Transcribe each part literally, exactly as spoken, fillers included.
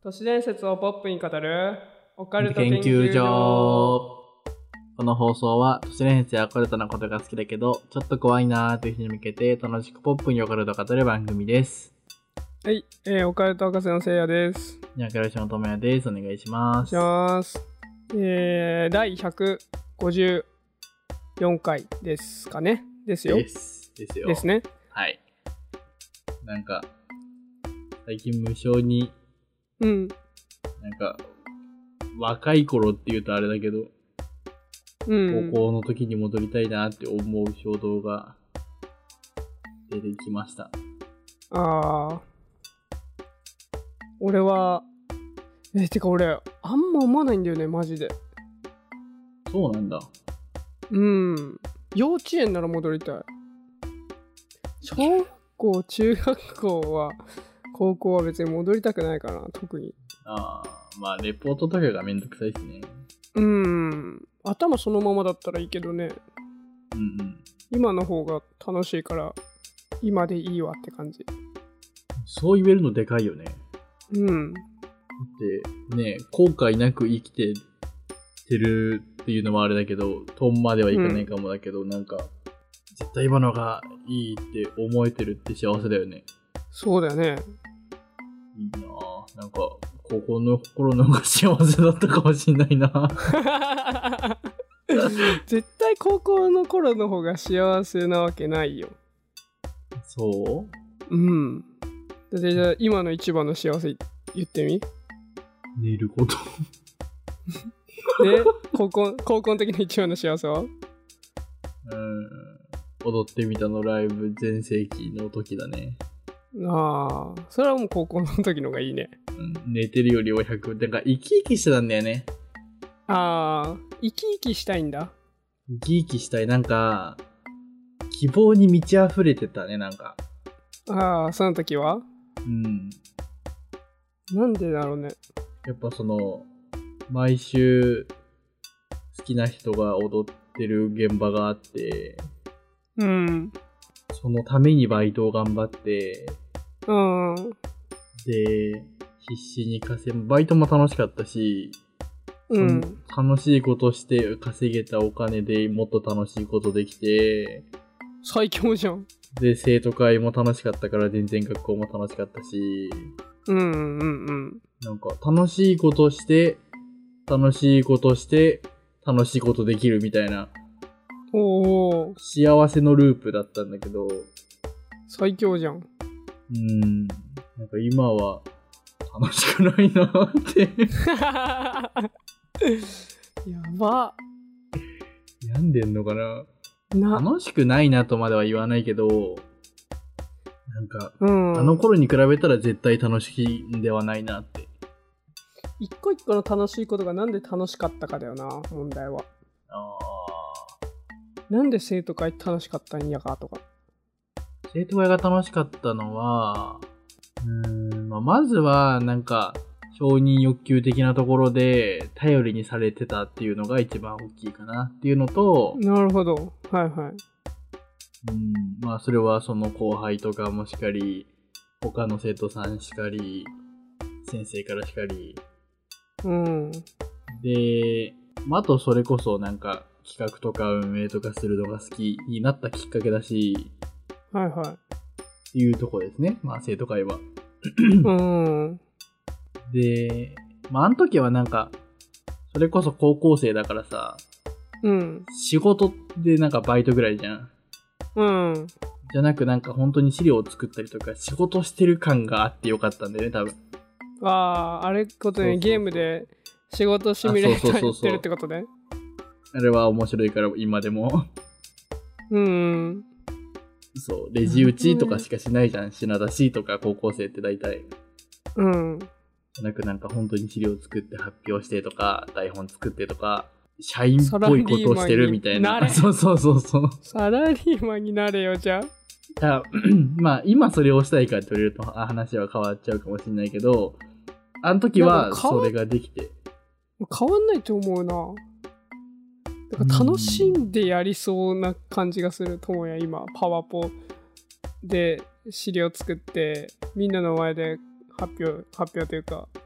都市伝説をポップに語るオカルト研研究究所。 所。この放送は都市伝説やオカルトなことが好きだけどちょっと怖いなーという人に向けて楽しくポップにオカルトを語る番組です。 はい、えー、オカルト博士のせいやです。 にゃかよしのともやです。お願いします。 お願いします。えー、だいひゃくごじゅうよんかいですかね。ですよ。 ですですよ。 ですね。 はい。なんか最近無性にうんなんか若い頃って言うとあれだけど、 うん、 高校の時に戻りたいなって思う衝動が出てきました。 あー俺はえー、てか俺あんま思わないんだよねマジで。 そうなんだ。 うん幼稚園なら戻りたい。小学校中学校は高校は別に戻りたくないかな特に。 ああ、まあレポートとかがめんどくさいしね。 うん頭そのままだったらいいけどね。 うんうん。 今の方が楽しいから今でいいわって感じ。 そう言えるのでかいよね。 うんでね、後悔なく生きててるっていうのもあれだけど、トンまではいかないかもだけど、うん、なんか絶対今のがいいって思えてるって幸せだよね。 そうだよね。 いいなぁ。なんか高校の頃の方が幸せだったかもしんないな。 絶対高校の頃の方が幸せなわけないよ。 そう？ うん。だってじゃあ今の一番の幸せ言ってみ。 寝ること。 で高校高校の時の一番の幸せは？ うん。踊ってみたのライブ全盛期の時だね。 ああ、それはもう高校の時のがいいね。 うん、寝てるよりはひゃく、なんか生き生きしてたんだよね。 ああ、生き生きしたいんだ。 生き生きしたい。なんか希望に満ち溢れてたね。なんかああ、その時は？ うん。 なんでだろうね。 やっぱその毎週好きな人が踊ってる現場があって、 うん。 そのためにバイトを頑張って、 うん。 で必死に稼ぐ。バイトも楽しかったし、 うん、 楽しいことして稼げたお金でもっと楽しいことできて、 最強じゃん。 で生徒会も楽しかったから全然学校も楽しかったし、 うんうんうん。 なんか楽しいことして楽しいことして楽しいことできるみたいな、 おー、 幸せのループだったんだけど、 最強じゃん。 うーん、なんか今は楽しくないなってやば。 病んでんのかな。 な楽しくないなとまでは言わないけど、なんか、 うん、 あの頃に比べたら絶対楽しいんではないなって。 一個一個の楽しいことがなんで楽しかったかだよな、問題は。 あなんで生徒会楽しかったんやかとか。 生徒会が楽しかったのは、うーん、まあ、まずはなんか承認欲求的なところで頼りにされてたっていうのが一番大きいかなっていうのと、 なるほど。はいはい。 うん、まあそれはその後輩とかもしかり、他の生徒さんしかり、先生からしかり。 うん。 で、まあ、あとそれこそなんか企画とか運営とかするのが好きになったきっかけだし、 はいはい。 っていうとこですね。まあ生徒会は。 うん。 で、まああの時はなんか、それこそ高校生だからさ、 うん。 仕事でなんかバイトぐらいじゃん。 うん。 じゃなくなんか本当に資料を作ったりとか仕事してる感があってよかったんだよね、多分。 ああ、あれことね、 そうそうそう、 ゲームで仕事シミュレーターやってるってことね。 あれは面白いから今でも。 うん。 そう、レジ打ちとかしかしないじゃん。品出しとか高校生って大体。 うん。 じゃなくなんか本当に資料作って発表してとか、台本作ってとか、社員っぽいことをしてるみたいな。そうそうそうそう。 サラリーマンになれよ、じゃあ。 あまあ今それをしたいかって言われると話は変わっちゃうかもしれないけど、あの時はそれができて変わんないと思うな。だから楽しんでやりそうな感じがする。ともや今パワポで資料作ってみんなの前で発表発表というか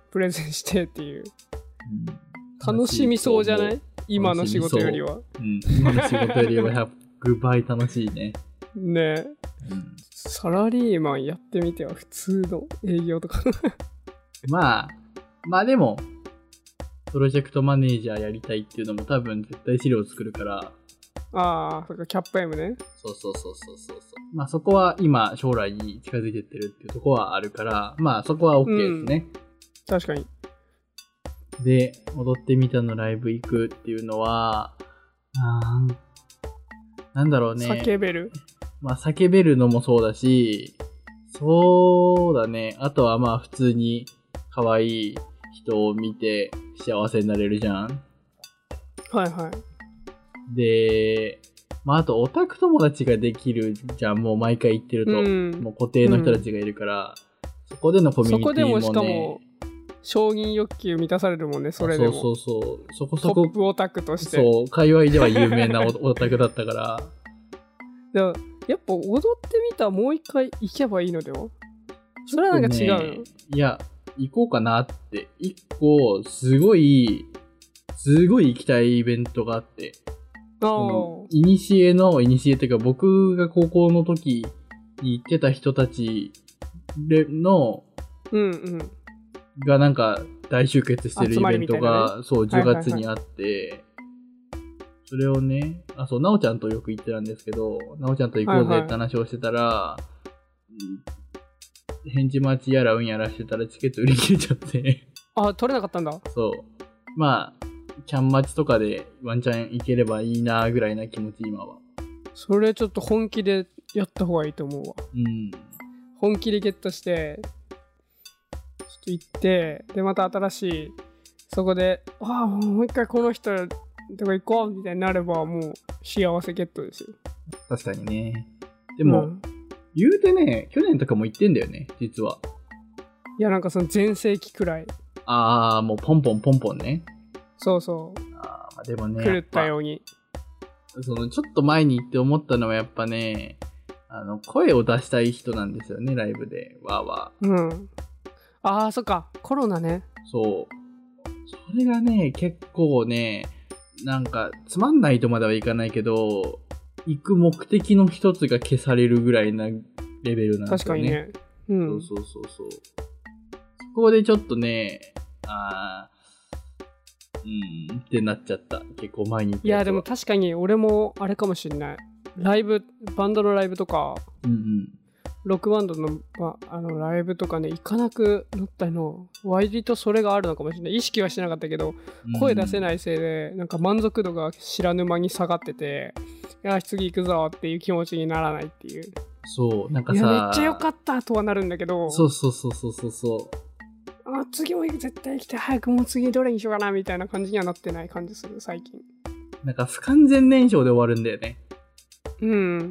プレゼンしてっていう、 うん、 楽しみそうじゃない？今の仕事よりは、 うん、今の仕事よりはひゃくばい楽しいね。 ねえ、 うん、 サラリーマンやってみては普通の営業とかまあまあでもプロジェクトマネージャーやりたいっていうのも多分絶対資料作るから。 ああ、そっか、キャップ M ね。 そうそうそうそうそう。まあそこは今将来に近づいてってるっていうところはあるから、まあそこは OK ですね。うん、 確かに。 で、踊ってみたのライブ行くっていうのは、あなんだろうね。 叫べる？ まあ叫べるのもそうだし、そうだね。あとはまあ普通に可愛い人を見て幸せになれるじゃん。 はいはい。 で、まああとオタク友達ができるじゃん。もう毎回言ってると、うん、もう固定の人たちがいるから、うん、そこでのコミュニティもね。そこでもしかも承認欲求満たされるもんね、それでも。 そうそうそう。そこそこ。 トップオタクとして。 そう、界隈では有名なオタクだったから。 でもやっぱ踊ってみたらもう一回行けばいいのでは？それはなんか違うの？ ね、いや、行こうかなって。一個、すごい、すごい行きたいイベントがあって。 ああ。 いにしえの、いにしえっていうか僕が高校の時に行ってた人たちの、 うんうん。 がなんか大集結してるイベントが、ね、そうじゅうがつにあって、はいはいはい、それをね、あそうなおちゃんとよく行ってたんですけど、なおちゃんと行こうぜって話をしてたら、はいはい、返事待ちやらうんやらしてたらチケット売り切れちゃってあ、取れなかったんだ。 そうまあキャン待ちとかでワンチャン行ければいいなぐらいな気持ち今は。 それちょっと本気でやった方がいいと思うわ。 うん。 本気でゲットしてちょっと行って、でまた新しいそこでああもう一回この人とこ行こうみたいになればもう幸せゲットですよ。 確かにね。でも、うん、言うてね去年とかも行ってんだよね実は。 いやなんかその全盛期くらい。 ああもうポンポンポンポンね。 そうそう。 ああでもね狂ったように。 そのちょっと前に行って思ったのはやっぱねあの声を出したい人なんですよねライブでわーわー。うん。ああそっかコロナね。 そうそれがね結構ねなんかつまんないとまではいかないけど行く目的の一つが消されるぐらいなレベルなんですよね。確かにね。うん。そうそうそうそう。そこでちょっとねあうんってなっちゃった。結構前に行ったやつは。いやでも確かに俺もあれかもしんない。ライブバンドのライブとか、 うんうん、 ロックバンドのあのライブとかね行かなくなったの割とそれがあるのかもしれない。意識はしてなかったけど、うん、声出せないせいでなんか満足度が知らぬ間に下がってて、いや次行くぞっていう気持ちにならないっていう。 そうなんかさいやめっちゃ良かったとはなるんだけど。 そうそうそうそうそうそう。 あ次も絶対行きたい早くもう次どれにしようかなみたいな感じにはなってない感じする最近。 なんか不完全燃焼で終わるんだよね。 うん。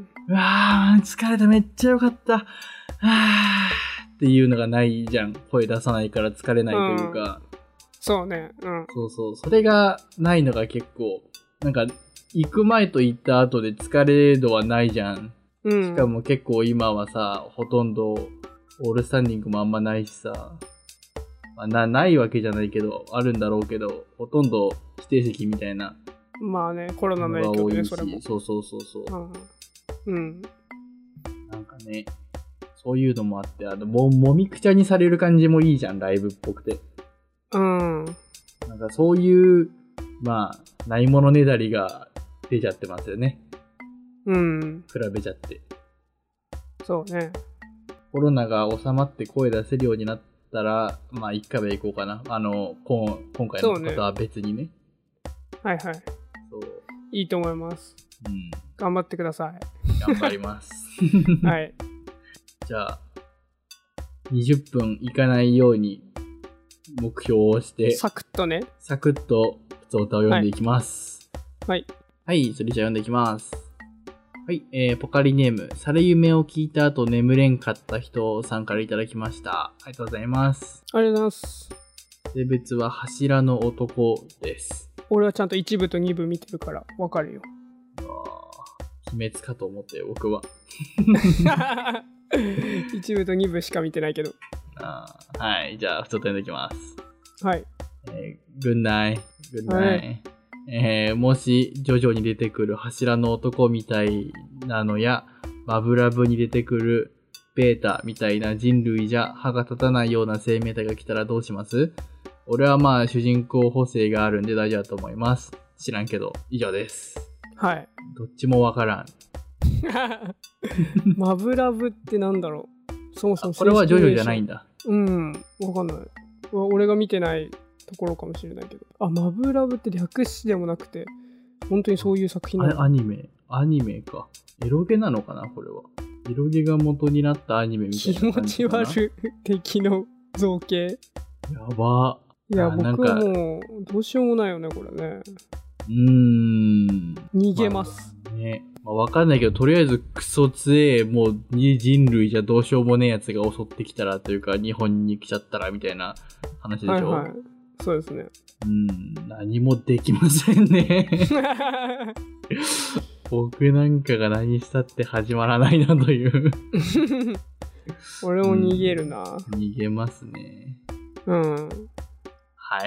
うわー疲れためっちゃ良かったはーっていうのがないじゃん。声出さないから疲れないというか、 うん、そうねうんそうそうそれがないのが結構なんか行く前と行った後で疲れ度はないじゃん、 うん、 しかも結構今はさほとんどオールスタンディングもあんまないしさまあ、な, ないわけじゃないけどあるんだろうけどほとんど指定席みたいなまあねコロナの影響でねそれもそうそうそうそううん、うん、 なんかねそういうのもあってあの も, もみくちゃにされる感じもいいじゃんライブっぽくてうんなんかそういうまあないものねだりが出ちゃってますよねうん比べちゃってそうねコロナが収まって声出せるようになってたらまあ一回は行こうかなあの今今回のことは別にね、ねはいはいそういいと思います、 うん、 頑張ってください頑張りますはいじゃあにじゅっぷんいかないように目標をしてサクッとねサクッと普通歌を読んでいきますはいはい、はい、それじゃあ読んでいきますはい、えー、ポカリネーム、され夢を聞いた後眠れんかった人さんからいただきました。ありがとうございます。 ありがとうございます。 性別は柱の男です。 俺はちゃんといち部とに部見てるからわかるよ。 ああ、鬼滅かと思ったよ、僕は。 いち部とに部しか見てないけど。 あはい、じゃあ、普通と読んでいきます。 はい。 えー、軍内、軍内。はい、えー、もし、ジョジョに出てくる柱の男みたいなのや、マブラブに出てくるベータみたいな人類じゃ歯が立たないような生命体が来たらどうします？俺はまあ主人公補正があるんで大丈夫だと思います。知らんけど、以上です。 はい。 どっちもわからん。 マブラブってなんだろう。そもそもこれはジョジョじゃないんだ。 うん、わかんない。俺が見てないところかもしれないけど。あ、マブラブって略詞でもなくて、本当にそういう作品なの？ アニメ、アニメか。エロゲなのかな、これは。エロゲが元になったアニメみたいな感じかな。 気持ち悪い敵の造形。 やば。 いや、僕はもう、どうしようもないよね、これね。 うーん。 逃げます。 まあ、ね。まあ、わかんないけど、とりあえずクソ強え、もう人類じゃどうしようもねえやつが襲ってきたらというか、日本に来ちゃったらみたいな話でしょ。はいはい。 そうですね。 うん、何もできませんね。僕なんかが何したって始まらないなという。 俺も逃げるな、うん。 逃げますね。 うん。 はい、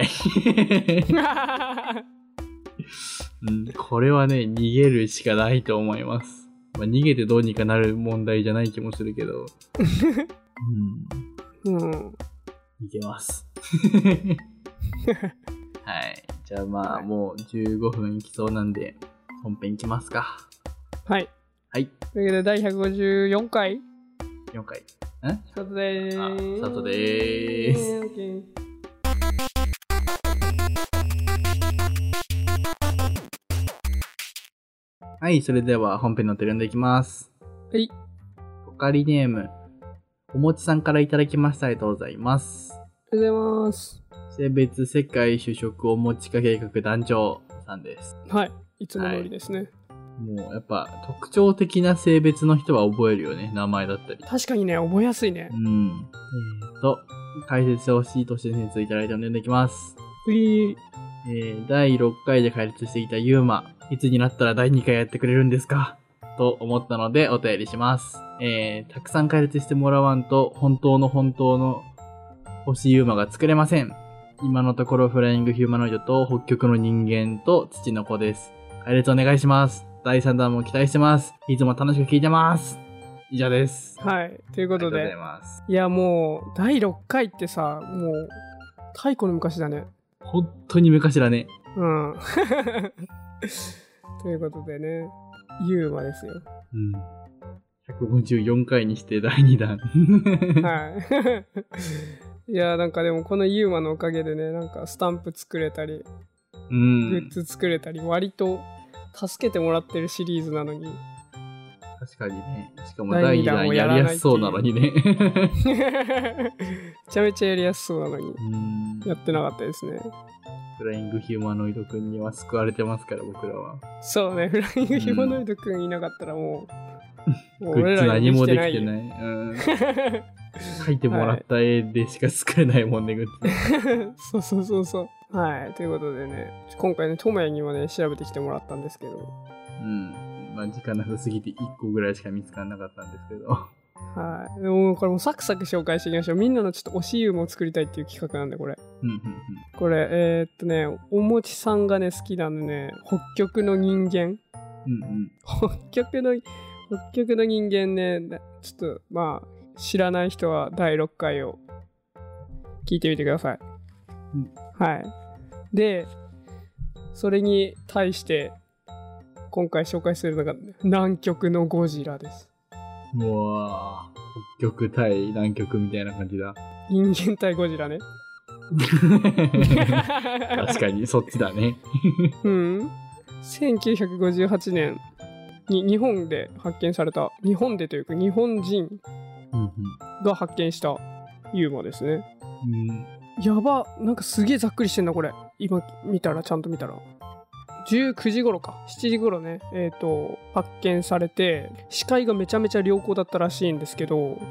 うん。これはね、逃げるしかないと思います。まあ、逃げてどうにかなる問題じゃない気もするけど。 うん。うん。 逃げます。はい。じゃあまあ、はい、もうじゅうごふんいきそうなんで、本編いきますか。 はい。 はい。 というわけで、だいひゃくごじゅうよんかい ? よんかい。んスタートでーす。 スタートでーす。 OK。 はい、それでは本編の手読んでいきます。 はい。 ポカリネーム、おもちさんからいただきました。ありがとうございます。 ありがとうございます。 性別世界主食おもちか計画団長さんです。 はい、いつも通りですね。はい、 もうやっぱ特徴的な性別の人は覚えるよね、名前だったり。 確かにね、覚えやすいね。 うん。えーと、解説してほしいとして先生いただいたので読んでいきます。 ういえー、だいろっかいで解説していたユーマ、いつになったらだいにかいやってくれるんですかと思ったのでお便りします。えー、たくさん解説してもらわんと本当の本当の星ユーマが作れません。今のところフライングヒューマノイドと北極の人間と土の子です。解説お願いします。だいさんだんも期待してます。いつも楽しく聞いてます。以上です。 はい。ということで。 ありがとうございます。 いやもう、だいろっかいってさ、もう、太古の昔だね。 本当に昔だね。 うん。ということでね、ユーマですよ。 うん。ひゃくごじゅうよんかいにしてだいにだん。 はい。いやなんかでもこのユーマのおかげでね、なんかスタンプ作れたり、 うん、 グッズ作れたり、割と助けてもらってるシリーズなのに。 確かにね。しかもだいにだんやりやすそうなのにね。 めちゃめちゃやりやすそうなのに、やってなかったですね。 フライングヒューマノイドくんには救われてますから、僕らは。 そうね、フライングヒューマノイドくんいなかったらもう、もう俺ら何もできてない。うん、描いてもらった絵でしか作れないもんね、グッズ。そうそうそうそう。はい、ということでね、今回ね、トモヤにもね、調べてきてもらったんですけど。 うん。まあ、時間なさすぎていっこぐらいしか見つからなかったんですけど。 はい。でもこれもサクサク紹介していきましょう。みんなのちょっと推しユーモを作りたいっていう企画なんで、これ。 うんうんうん、 これ、えー、っとね、おもちさんがね、好きなのね、北極の人間。 うんうん、 北極の、北極の人間ね、ちょっと、まあ、知らない人はだいろっかいを聞いてみてください。 うん、 はい。で、それに対して、今回紹介するのが南極のゴジラです。 うわぁ、北極対南極みたいな感じだ。 人間対ゴジラね。 確かにそっちだね。 うん。せんきゅうひゃくごじゅうはちねんに日本で発見された、日本でというか日本人が発見したユーマですね。 うん、 やば、なんかすげえざっくりしてんなこれ。今見たらちゃんと見たら。じゅうくじ頃かしちじ頃ね、えーと発見されて、視界がめちゃめちゃ良好だったらしいんですけど、うん、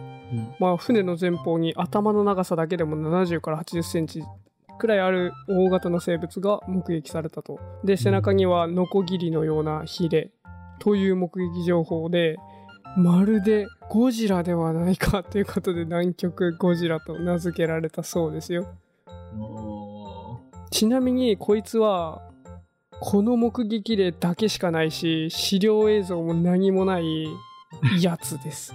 まあ船の前方に頭の長さだけでもななじゅうからはちじゅっセンチくらいある大型の生物が目撃されたと。で、背中にはノコギリのようなヒレという目撃情報で、まるでゴジラではないかということで南極ゴジラと名付けられたそうですよ。 おー、 ちなみにこいつはこの目撃例だけしかないし資料映像も何もないやつです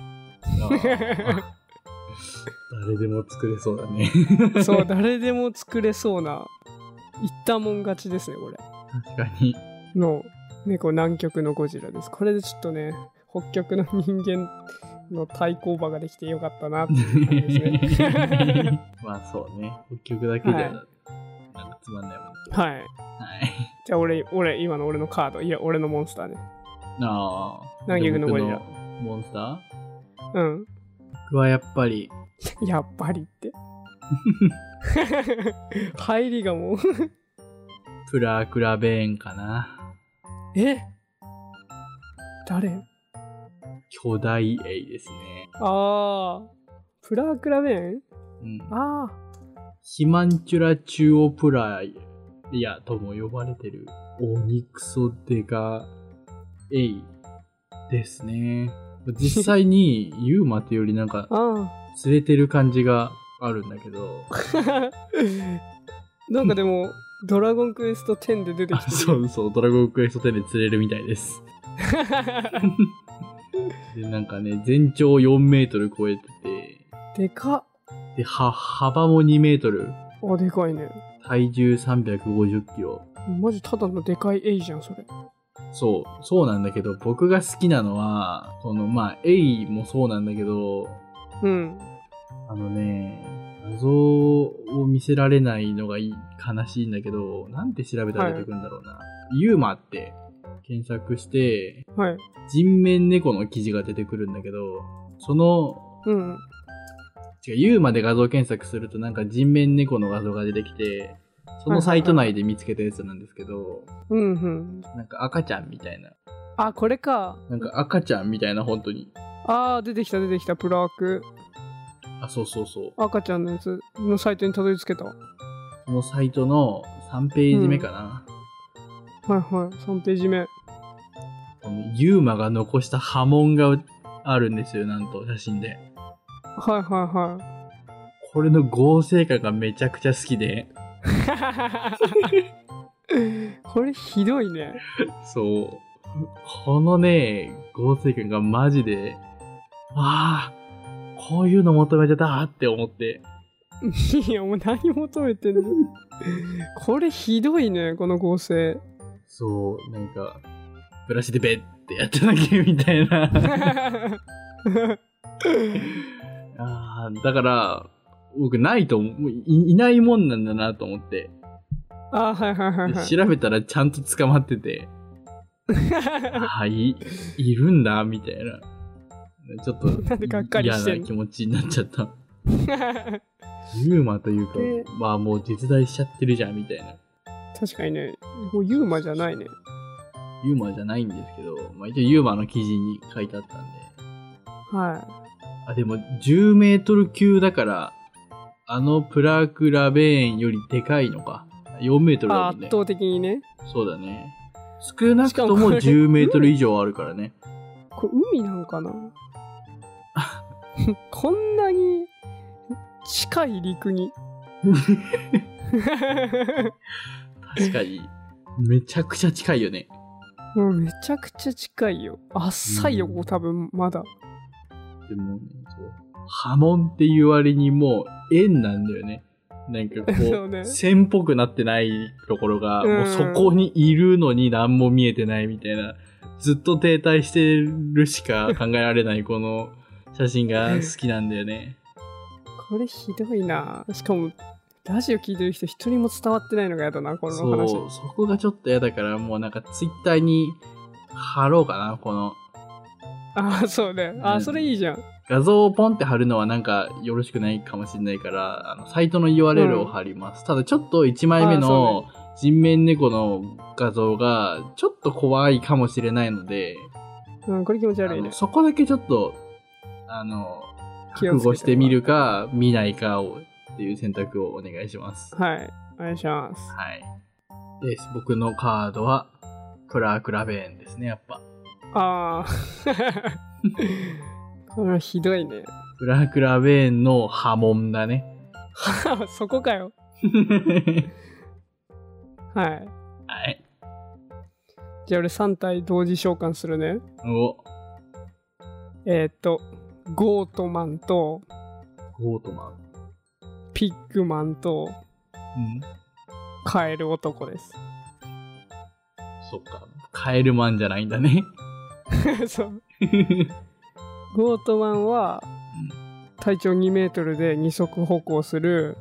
誰でも作れそうだねそう誰でも作れそうな言ったもん勝ちですねこれ。 確かにの猫南極のゴジラです。これでちょっとね北極の人間の対抗馬ができてよかったなっていう感じですねまあそうね北極だけじゃ、はい、なんかつまんないもん。 はい、はい、じゃあ俺俺今の俺のカードいや俺のモンスターね。 ああ南極のゴジラモンスター。 うん僕はやっぱりやっぱりって入りがもうプラークラベーンかな。 え誰？ 巨大エイですね。 ああプラークラベーン、 うん、 ああヒマンチュラチュオプライヤとも呼ばれてるオニクソデガエイですね。実際にユーマってよりなんか連れてる感じがあるんだけどなんかでもドラゴンクエストテンで出てきてる。 そうそうドラゴンクエストテンで釣れるみたいですでなんかね全長よんメートル超えててでかっ。 では幅もにメートル。 あでかいね。 体重さんびゃくごじゅっキロ。 マジただのでかいエイじゃんそれ。 そうそうなんだけど僕が好きなのはこのまあエイもそうなんだけどうんあのね画像を見せられないのがいい悲しいんだけどなんて調べたら出てくるんだろうな、はい、ユーマって検索して、 はい、 人面猫の記事が出てくるんだけどその、 うん、 違うユーマで画像検索するとなんか人面猫の画像が出てきてそのサイト内で見つけたやつなんですけど、 うんうん、 なんか赤ちゃんみたいな。 あこれか。 なんか赤ちゃんみたいな本当に。 あー出てきた出てきたプラーク。 あそうそうそう。 赤ちゃんのやつのサイトにたどり着けた。 そのサイトのさんページ目かな。 うん、はいはいさんページ目。 このユーマが残した波紋があるんですよなんと写真で。 はいはいはい。 これの合成感がめちゃくちゃ好きで。 これひどいね。 そうこのね合成感がマジでああこういうの求めてたって思って。 いやもう何求めてんのこれひどいねこの合成。 そうなんかブラシでベッってやっただけみたいなあだから僕ないと思う い, いないもんなんだなと思って。 あはいはいはい、はい、 調べたらちゃんと捕まっててあ い, いるんだみたいなちょっと嫌な気持ちになっちゃったユーマというかまあもう実在しちゃってるじゃんみたいな。 確かにねもうユーマじゃないね。 ユーマじゃないんですけど、まあ、一応ユーマの記事に書いてあったんで。 はい。 あでもじゅうメートル級だからあのプラークラベーンよりでかいのか。よんメートルだもんね。 圧倒的にね。 そうだね。少なくともじゅうメートル以上あるからね。 これ海なんかなこんなに近い陸に確かにめちゃくちゃ近いよね。 もうめちゃくちゃ近いよ。浅いよ、ここ多分まだ。 でもね、そう波紋っていう割にもう円なんだよね。なんかこう、ね、線っぽくなってないところが、もうそこにいるのに何も見えてないみたいな、ずっと停滞してるしか考えられないこの写真が好きなんだよね。 これひどいな。しかも、ラジオ聞いてる人一人も伝わってないのが嫌だな、この話。 そう、そこがちょっと嫌だから、もうなんかツイッターに貼ろうかな、この。 ああ、そうね。ああ、それいいじゃん。 画像をポンって貼るのはなんかよろしくないかもしれないから、あのサイトの ユーアールエル を貼ります。うん、ただちょっといちまいめの人面猫の画像がちょっと怖いかもしれないので、 うん、これ気持ち悪いね。 そこだけちょっと、あの、覚悟してみるか、見ないかをっていう選択をお願いします。 はい、お願いします。 はい。で、僕のカードは、プラークラベーンですね、やっぱ。 ああ。これはひどいね。 プラークラベーンの波紋だね。 そこかよ。 はいはい。 じゃあ俺さん体同時召喚するね。 おえー、っとゴートマンとゴートマン、 ピッグマンとうん、 カエル男です。 そっか、カエルマンじゃないんだね。 そうゴートマンは体長にメートルで二足歩行する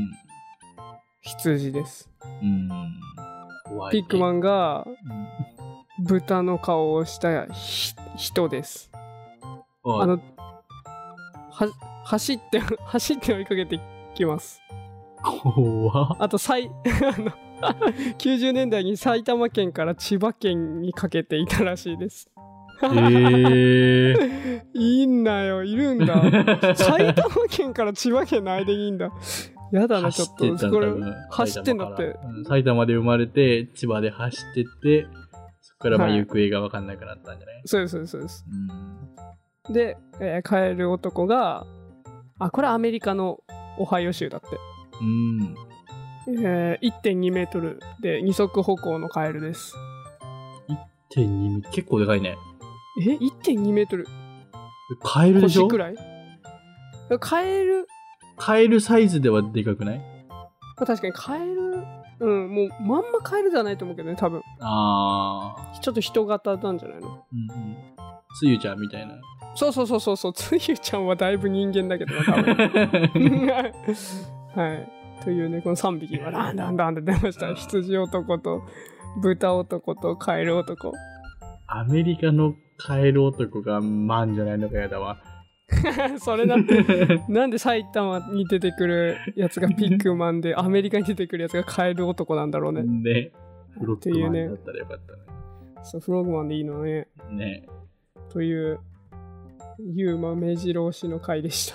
羊です。 うん、怖いね。 ピッグマンがうん、 豚の顔をしたひ人です。あのは走って走って追いかけていきます。 怖っ。 あとさいあのきゅうじゅうねんだいに埼玉県から千葉県にかけていたらしいです。 えー、 いいんだよ、いるんだ。埼玉県から千葉県の間にいいんだ。やだな、ちょっと。 走ってたんだ、 これ多分走ってんだって。 うん、埼玉で生まれて千葉で走ってってそこからまあはい行方が分かんなくなったんじゃない？ そうですそうですそうです。 うん、 で、えーカエル男が、あ、これはアメリカのオハイオ州だって。 うん、 えー、いってんにメートルで二足歩行のカエルです。 いってんに メートル、結構でかいね。 え ?いってんに メートルカエルでしょ？ 腰くらい？カエル、 カエルサイズではでかくない？ まあ、確かにカエル、うん、もうまんまカエルではないと思うけどね、多分。 あー、 ちょっと人型なんじゃないの？ うんうん。つゆちゃんみたいな。 そうそうそうそうそう、つゆちゃんはだいぶ人間だけどな、多分。はい。というね、このさんびきがランランランって出ました。羊男と豚男とカエル男。 アメリカのカエル男がマンじゃないのかやだわ。 それなんて、なんで埼玉に出てくるやつがピッグマンで、アメリカに出てくるやつがカエル男なんだろうね。 ね。フロッグマンだったらよかったね。 そう、フロッグマンでいいのね。 ね。 という、ユーマ目白押しの回でした。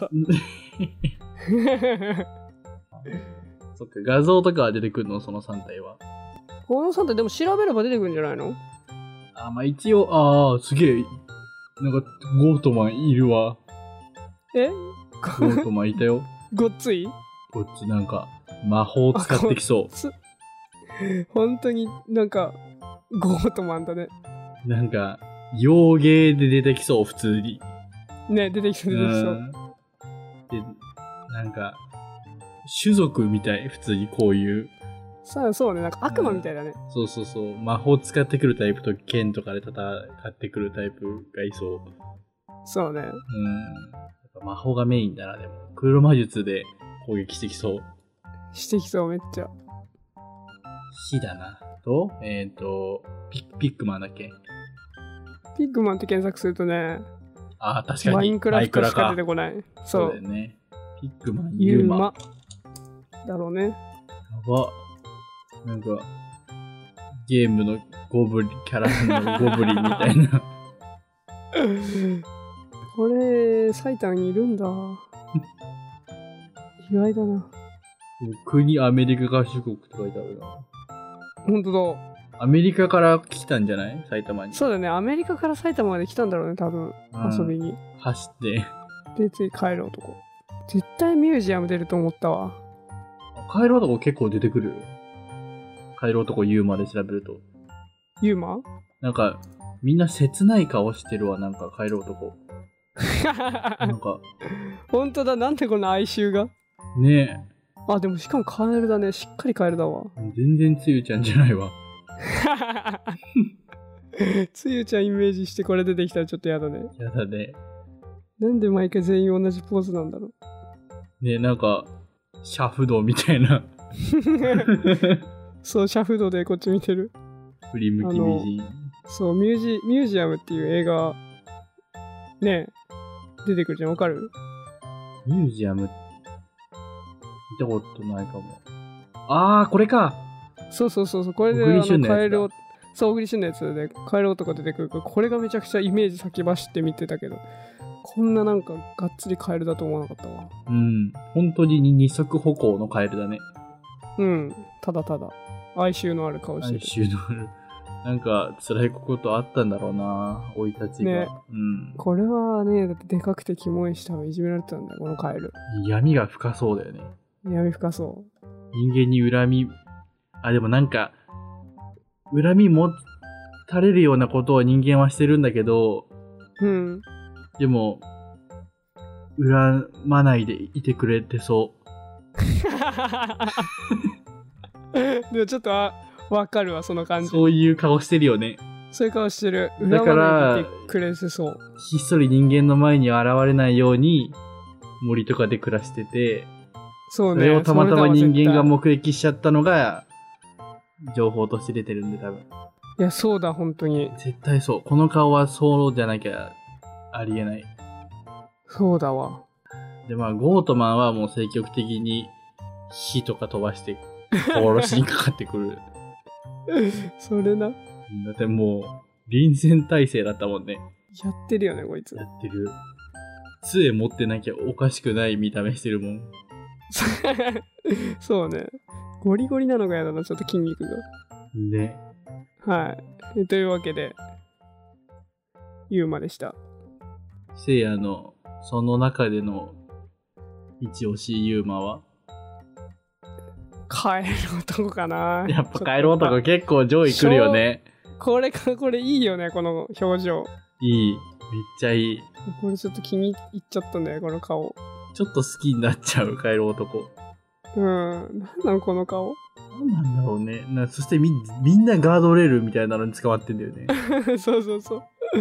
そっか、画像とかは出てくるの、そのさん体は。 このさん体でも調べれば出てくるんじゃないの？ あ、まあ一応、ああ、すげえ。なんか、ゴートマンいるわ。 え？ ゴートマンいたよ。 ごっつい？ こっちなんか、魔法使ってきそう。 本当になんか、ゴートマンだね。 なんか、洋芸で出てきそう、普通に。 ね、出てきそう、出てきそう。 で、なんか、種族みたい、普通にこういう。 そうそうね、なんか悪魔みたいだね、 うん。そうそうそう。魔法使ってくるタイプと剣とかで戦ってくるタイプがいそう。 そうね。 うん。やっぱ魔法がメインだな、でも。黒魔術で攻撃してきそう。 してきそう、めっちゃ。 火だな。と、えっ、ー、と、ピッ、ピックマンだっけ？ ピッグマンって検索するとね、 ああ、確かに。 マインクラフトしか出てこない。そう。 そうだよね。ピッグマン、 ユーマ。 ユーマ。 だろうね。 やば。なんか、ゲームのゴブリン、キャラのゴブリンみたいな。 これ、埼玉にいるんだ。意外だな。 国アメリカ合衆国って書いてあるな。 ほんとだ。 アメリカから来たんじゃない？埼玉に。 そうだね。アメリカから埼玉まで来たんだろうね、多分。遊びに。 走って。 で、つい帰る男。絶対ミュージアム出ると思ったわ。 帰る男結構出てくるよ。帰る男ユーマで調べると。 ユーマ？ なんか、みんな切ない顔してるわ、なんか帰る男。なんか。 ほんとだ、なんでこの哀愁が。 ねえ。 あ、でもしかもカエルだね。しっかりカエルだわ。 全然つゆちゃんじゃないわ。 つゆちゃんイメージしてこれ出てきたらちょっとやだね。 やだね。 なんで毎回全員同じポーズなんだろう。ねえ、なんか、シャフドみたいな。 そう、シャフドでこっち見てる。 振り向き美人。 そうミュージ、ミュージアムっていう映画、ね出てくるじゃん、わかる？ ミュージアム見たことないかも。あー、これか。 そうそうそうそう、これであのカエルを、そう、小栗旬のやつでカエル男出てくるから、これがめちゃくちゃイメージ先走って見てたけど、こんななんかがっつりカエルだと思わなかったわ。 うん、本当に二足歩行のカエルだね。 うん、ただただ哀愁のある顔してる。 哀愁のある。なんか辛いことあったんだろうな、生い立ちが。 ね、 うん。 これはね、だってでかくてキモいし、多分いじめられてたんだよ、このカエル。 闇が深そうだよね。 闇深そう。 人間に恨み、あ、でもなんか、 恨み持たれるようなことを人間はしてるんだけど、 うん。 でも、恨まないでいてくれてそう。 でもちょっとわかるわ、その感じ。 そういう顔してるよね。 そういう顔してる。 だから、 恨まないでいてくれてそう。 ひっそり人間の前に現れないように、森とかで暮らしてて、 そうね。 それをたまたま人間が目撃しちゃったのが、情報として出てるんで多分。 いや、そうだ、本当に。 絶対そう。この顔はそうじゃなきゃありえない。 そうだわ。 で、まあ、ゴートマンはもう積極的に火とか飛ばして殺しにかかってくる。 それな。 だってもう、臨戦態勢だったもんね。 やってるよね、こいつ。 やってる。杖持ってなきゃおかしくない見た目してるもん。 そうね。ゴリゴリなのがやだな、ちょっと筋肉が。 ね。 はい。というわけで、ユーマでした。 せいやの、その中での一押しユーマはカエル男かな。 やっぱカエル男結構上位来るよね。 これか、これいいよね、この表情。 いい。めっちゃいい。 これちょっと気に入っちゃったんだよ、この顔。 ちょっと好きになっちゃう、カエル男。 うん。なんなの、この顔。 なんなんだろうね。なそしてみみんなガードレールみたいなのに捕まってんだよね。 そうそうそう。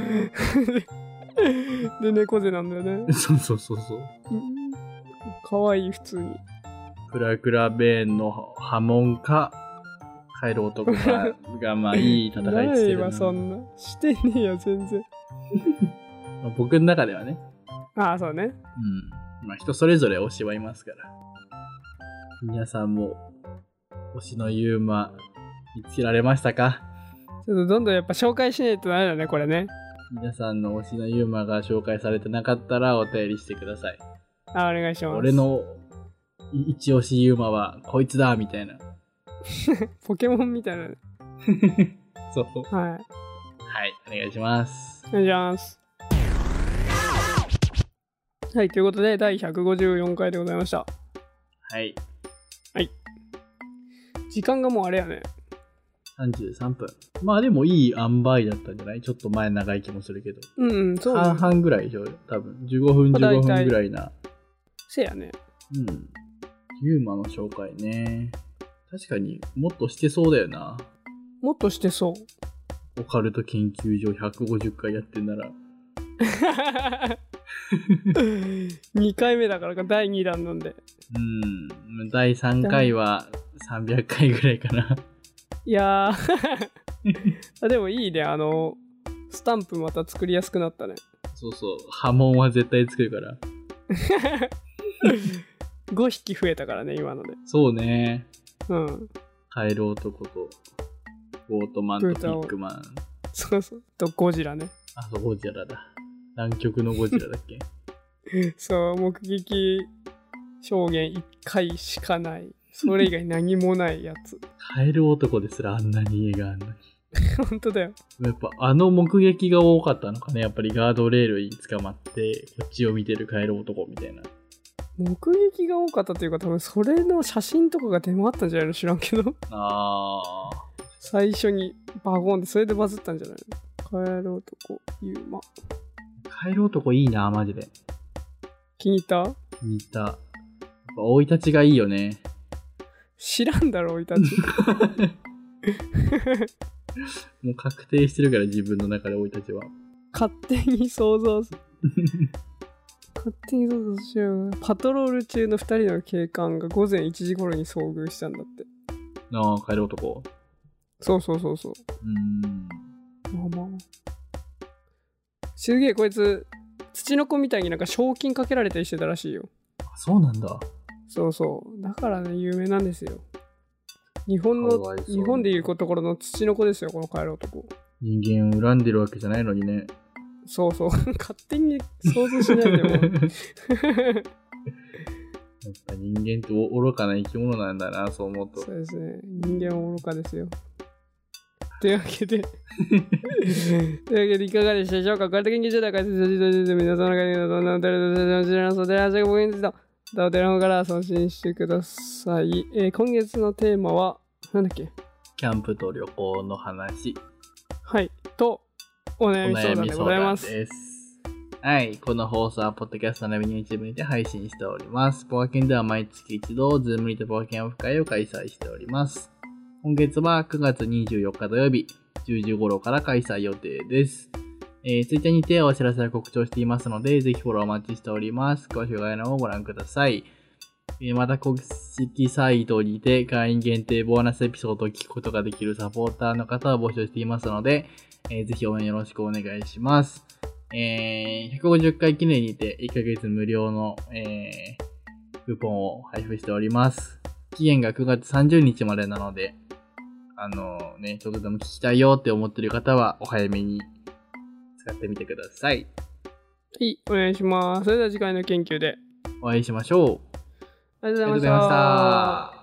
で、猫背なんだよね。 そうそうそうそう。 かわいい、普通に。 クラクラベーンの波紋か、カエル男かが、まあいい戦いしてるな。 ないわ、そんな。してねえよ、全然。 まあ僕の中ではね。 ああ、そうね。 うん。まあ人それぞれ推しはいますから。皆さんも推しのユーマ見つけられましたか？ ちょっとどんどんやっぱ紹介しないとダメだね、これね。 皆さんの推しのユーマが紹介されてなかったらお便りしてください。 あ、お願いします。 俺の一押しユーマはこいつだみたいな。 ポケモンみたいな。 そう。 はい。 はい、お願いします。 お願いします。はい、ということでだいひゃくごじゅうよんかいでございました。 はい。 はい。時間がもうあれやね。 さんじゅうさんぷん。まあでもいい塩梅だったんじゃない？ちょっと前長い気もするけど。 うんうん、そうね。 半々ぐらいでしょ？多分。じゅうごふん、じゅうごふんぐらいな。 せやね。 うん。ユーマの紹介ね。確かにもっとしてそうだよな。 もっとしてそう。 オカルト研究所ひゃくごじゅっかいやってんなら。 にかいめだからか、だいにだんなんで。 うん。だいさんかいはさんびゃっかいぐらいかな。 いやー。でもいいね。あの、スタンプまた作りやすくなったね。 そうそう。波紋は絶対作るから。 ごひき増えたからね、今ので。 そうね。 うん。 カエル男と、ゴートマンとピックマン。 そうそう。と、ゴジラね。 あ、そう、ゴジラだ。南極のゴジラだっけ？ そう、目撃証言いっかいしかない。それ以外何もないやつ。 カエル男ですらあんなに家があんのに。 本当だよ。 やっぱあの目撃が多かったのかね。やっぱりガードレールに捕まってこっちを見てるカエル男みたいな。 目撃が多かったというか、多分それの写真とかが出回ったんじゃないの？知らんけど。 あー。 最初にバゴンってそれでバズったんじゃないの？カエル男ユーマ。 カエル男いいな、マジで。 気に入った？ 気に入った。やっぱ生い立ちがいいよね。 知らんだろ、生い立ち。 もう確定してるから、自分の中で生い立ちは。 勝手に想像する。勝手に想像しよう。パトロール中のふたりの警官がごぜんいちじ頃に遭遇したんだって。 ああ、カエル男。 そうそうそうそう。 うーん。 まあまあ。すげえこいつ、ツチノコみたいになんか賞金かけられたりしてたらしいよ。 あ、そうなんだ。 そうそう。だからね、有名なんですよ。日本の、日本でいうところのツチノコですよ、このカエル男。 人間を恨んでるわけじゃないのにね。 そうそう。勝手に想像しないでも。やっぱ人間って愚かな生き物なんだな、そう思うと。 そうですね。人間は愚かですよ。というわけで。というわけで、いかがでしたでしょうか？これで研究所では解説して、皆さんの会議のどんなお便りでも知らないので、ハッシュタグ僕についてお便りの方から送信してください。えー、今月のテーマは、なんだっけ？ キャンプと旅行の話。 はい。と、お悩み相談でございます。 です。はい。この放送は、ポッドキャストのみ YouTube にて配信しております。ポカケンでは毎月一度、ズームにてポカケンオフ会を開催しております。今月はくがつにじゅうよっか土曜日、じゅうじ頃から開催予定です。えー、Twitter にてお知らせや告知をしていますので、ぜひフォローお待ちしております。詳しい概要欄をご覧ください。えー、また公式サイトにて会員限定ボーナスエピソードを聞くことができるサポーターの方を募集していますので、えー、ぜひ応援よろしくお願いします。えー、ひゃくごじゅっかい記念にていっかげつ無料の、えー、クーポンを配布しております。期限がくがつさんじゅうにちまでなので、あのー、ね、ちょっとでも聞きたいよって思ってる方はお早めに使ってみてください。 はい、お願いします。それでは次回の研究でお会いしましょう。 ありがとうございました。